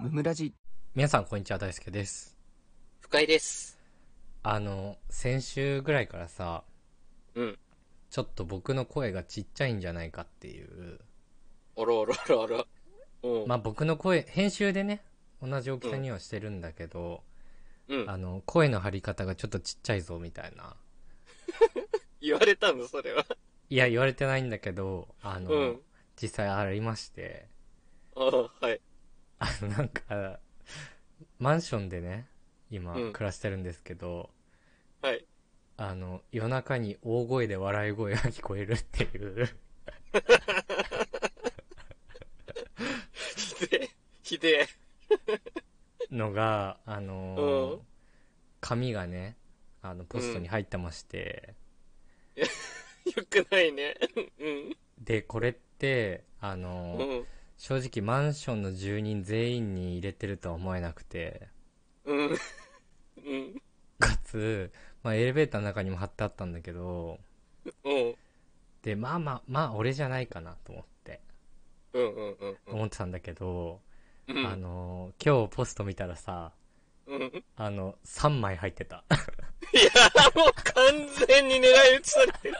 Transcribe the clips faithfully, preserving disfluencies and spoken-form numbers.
ムムラジ。 皆さんこんにちは、大輔です。 深井です。 あの先週ぐらいからさ、 うんちょっと僕の声がちっちゃいんじゃないかっていう、 あらあらあらあら。うんまあ僕の声編集でね同じ大きさにはしてるんだけど、 うんあの声の張り方がちょっとちっちゃいぞみたいな。 言われたのそれは。 いや言われてないんだけど、あの、 うん実際ありまして、 ああはいあのなんかマンションでね今うん暮らしてるんですけど、 はいあの夜中に大声で笑い声が聞こえるっていうひでえひでのが、あのーうん紙がねあのポストに入ってまして、 えよくないね。うんでこれってあのーうん正直マンションの住人全員に入れてるとは思えなくて、 うんうんかつ、まあ、エレベーターの中にも貼ってあったんだけど、 うんでまあまあまあ俺じゃないかなと思ってうんうんうん思ってたんだけど、 うんあのー今日ポスト見たらさ、 うんいあのさんまい入ってた。 やもう完全に狙い撃ちされてる。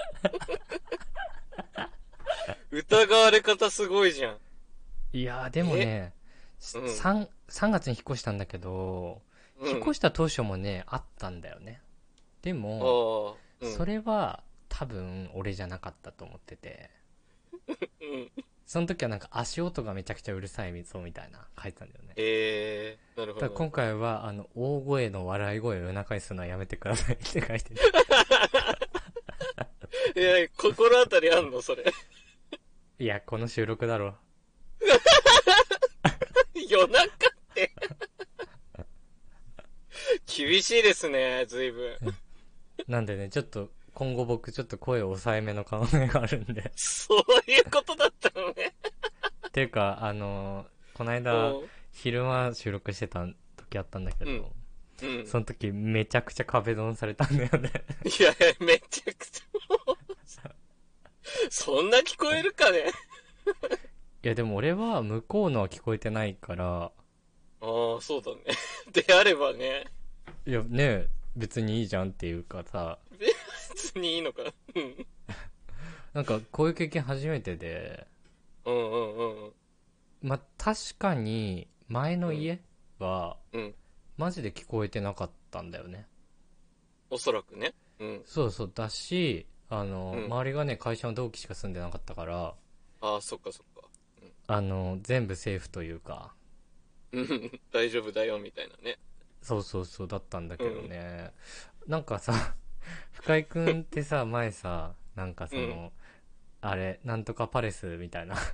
疑われ方すごいじゃん。 いやーでもね、 うん 3, さんがつに引っ越したんだけど、 うん引っ越した当初もねあったんだよね。でも、 ああ、うん、 それは多分俺じゃなかったと思ってて、 うんその時はなんか足音がめちゃくちゃうるさいぞみたいな書いてたんだよね。 えー、なるほど。 だから今回はあの大声の笑い声を夜中にするのはやめてくださいって書いてる。 いや、心当たりあんのそれ。 いやこの収録だろ。 夜中って厳しいですね、随分。 なんでねちょっと今後僕ちょっと声を抑えめの可能性があるんで。 そういうことだったのね。 っていうかあのこの間うん昼間収録してた時あったんだけど、 うんうん、 その時めちゃくちゃ壁ドンされたんだよね。 いやいや、めちゃくちゃ。そんな聞こえるかね。 いやでも俺は向こうのは聞こえてないから、 ああ、そうだね。であればね、 いやね別にいいじゃんっていうかさ、 別にいいのかな。うんなんかこういう経験初めてで、 うんうんうんうんまあ確かに前の家はうんマジで聞こえてなかったんだよね。 おそらくね。うんそうそうだし、あの、 うん周りがね会社の同期しか住んでなかったから、 ああ、そっかそっか。 あの全部セーフというか、 うん大丈夫だよみたいなね。 そうそうそうだったんだけどね、うん、なんかさ深井くんってさ前さなんかその、うん、あれなんとかパレスみたいな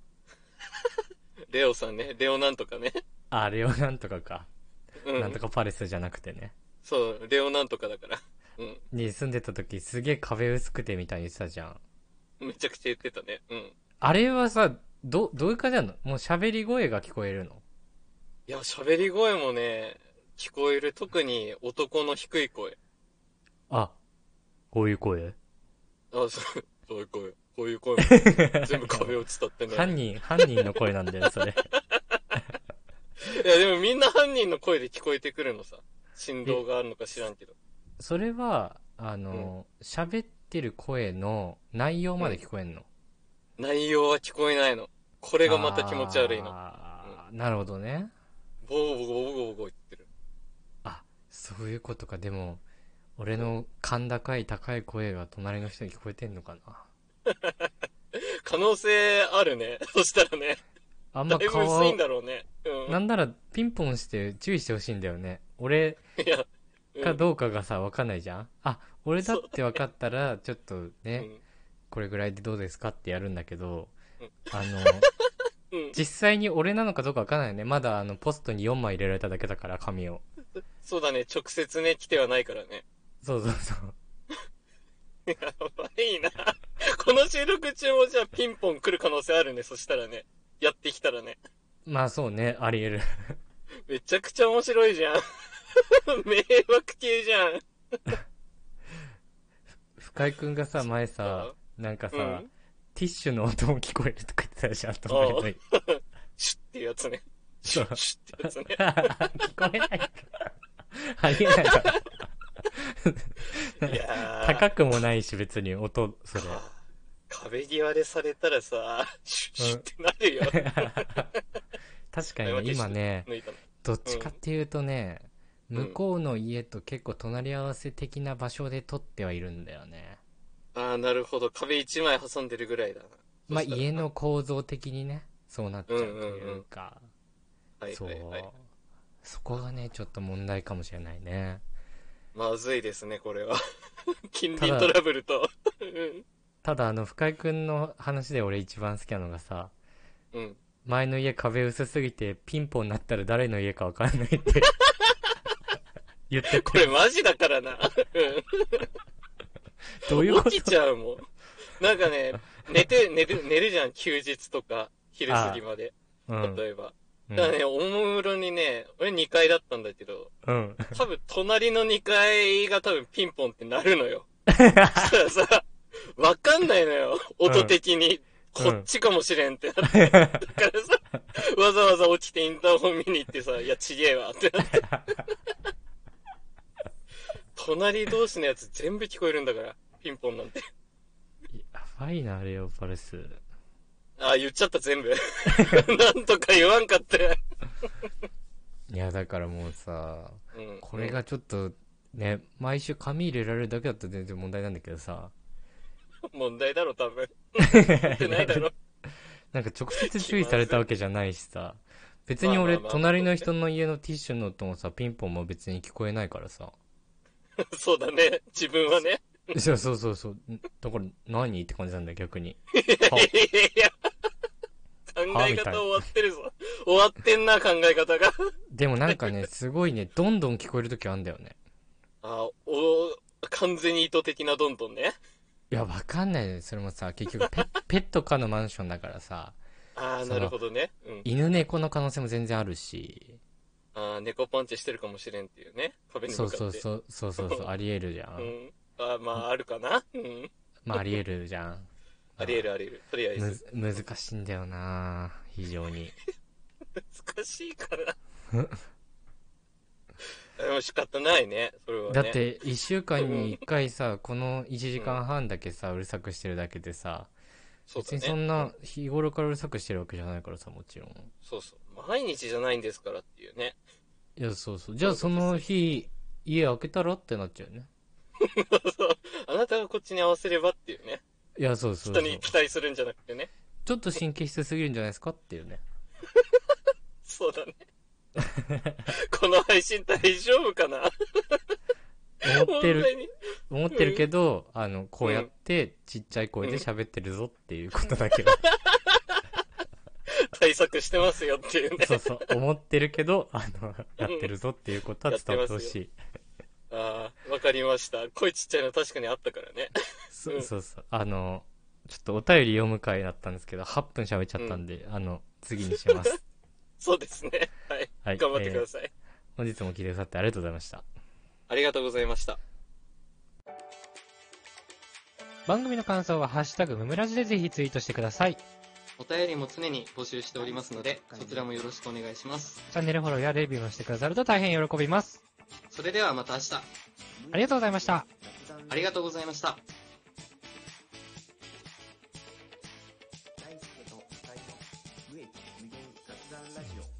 レオさんね、レオなんとかね。 あレオなんとかか、 うん、 なんとかパレスじゃなくてね、 そうレオなんとかだから、うん、 に住んでた時すげえ壁薄くてみたいに言ってたじゃん。 めちゃくちゃ言ってたね。うんあれはさどどういう感じなの？もう喋り声が聞こえるの？ いや喋り声もね聞こえる。特に男の低い声。 あ、こういう声？ あ、そう、そういう声。こういう声も全部壁を伝ってね。 犯人、犯人の声なんだよ、それ。 いや、でもみんな犯人の声で聞こえてくるのさ。振動があるのか知らんけど。 それは、あの、喋、うん、ってる声の内容まで聞こえんの？ うん、内容は聞こえないの。これがまた気持ち悪いの。 あー、うん、なるほどね。 ボーボーボーボーボー言ってる。 あ、そういうことか。でも俺の甲高い高い声が隣の人に聞こえてんのかな。 可能性あるね。そしたらね、 あんま顔だいぶ薄いんだろうね、うん、 なんならピンポンして注意してほしいんだよね。俺かどうかがさ分かんないじゃん。あ、俺だって分かったらちょっとね、うん、これぐらいでどうですかってやるんだけど、うん、あのうん、実際に俺なのかどうか分かんないよね。まだあのポストによんまい入れられただけだから紙を。 そうだね、直接ね来てはないからね。 そうそうそうやばいな。この収録中もじゃあピンポン来る可能性あるね。そしたらね、やってきたらね。 まあそうね、あり得る。 めちゃくちゃ面白いじゃん。迷惑系じゃん。 深井くんがさ前さなんかさ、うん、ティッシュの音も聞こえるとか言ってたじゃん。とシュッっていうやつね。 シュッシュッってやつね。 聞こえないか。ありえないか。 いやー高くもないし別に音、それ。 壁際でされたらさ、シュッシュッってなるよ。 確かにね、今ね、どっちかっていうとね、 うん、 向こうの家と結構隣り合わせ的な場所で撮ってはいるんだよね。 ああ、なるほど。壁一枚挟んでるぐらいだな。 まあ家の構造的にね、そうなっちゃうというか、そう、そこがね、ちょっと問題かもしれないね。 まずいですね、これは。近隣トラブルと。 ただ、あの、深井くんの話で俺一番好きなのがさ、 うん、 前の家壁薄すぎてピンポンになったら誰の家か分かんないって言ってて。 これマジだからな。 どういうこと？ 起きちゃうもん。なんかね、寝て、寝る、寝るじゃん、休日とか、昼過ぎまで。うん、例えば。だからね、おもむろにね、俺にかいだったんだけど、うん、多分隣のにかいが多分ピンポンってなるのよ。そしたらさ、わかんないのよ、音的に。うんこっちかもしれんってなって。だからさ、わざわざ起きてインターホン見に行ってさ、いや、ちげえわってなって。隣同士のやつ全部聞こえるんだから、ピンポンなんて。 やばいな、レオパレス。 ああ、言っちゃった全部。なんとか言わんかって。 いや、だからもうさ、うん、これがちょっと、ね、毎週紙入れられるだけだったら全然問題なんだけどさ、 問題だろ、多分。ってないだろ。 なんか直接注意されたわけじゃないしさ、別に俺、隣の人の家のティッシュの音もさ、ピンポンも別に聞こえないからさ。 そうだね、自分はね。 そうそうそうそう。だから何って感じなんだよ、逆に。 いやいや考え方終わってるぞ。終わってんな、考え方が。 でもなんかね、すごいね、どんどん聞こえるときあるんだよね。 あ、お、完全に意図的などんどんね。 いや、わかんないね。それもさ、結局ペ、ペット可のマンションだからさ。 ああ、なるほどね。 うん、犬猫の可能性も全然あるし。 ああ、猫パンチしてるかもしれんっていうね。壁に向かって。 そうそうそう、そうそうそう、ありえるじゃん。うん、 ああ、まあ、あるかな。うん。 まあ、ありえるじゃん。 ありえるありえる。とりあえず。 む、難しいんだよな非常に。 難しいから。でも仕方ないね、それはね。 だって、いっしゅうかんにいっかいさ、このいちじかんはんだけさ、うるさくしてるだけでさ、 そうだね、 別にそんな日頃からうるさくしてるわけじゃないからさ、もちろん。 そうそう。毎日じゃないんですからっていうね。 いや、そうそう。じゃあその日、家開けたらってなっちゃうよね。 そう。あなたがこっちに合わせればっていうね。 いや、そうそうそう。 人に期待するんじゃなくてね。 ちょっと神経質すぎるんじゃないですかっていうね。 そうだね。この配信大丈夫かな思ってる、思ってるけど、うん、あの、こうやってちっちゃい声で喋ってるぞっていうことだけど。 対策してますよっていうね。 そうそう、思ってるけど、あの、やってるぞっていうことは伝わってほしい。 うん、ああ、わかりました。声ちっちゃいの確かにあったからね。 そうそうそう。あの、ちょっとお便り読む回だったんですけど、はっぷん喋っちゃったんで、うん、あの、次にします。 そうですね。はい。はい、頑張ってください、えー。 本日も聞いてくださってありがとうございました。 ありがとうございました。 番組の感想はハッシュタグムムラジでぜひツイートしてください。 お便りも常に募集しておりますので、そちらもよろしくお願いします。 チャンネルフォローやレビューもしてくださると大変喜びます。 それではまた明日。 ありがとうございました。 ありがとうございました。大輔と二人の無益無限雑談ラジオ。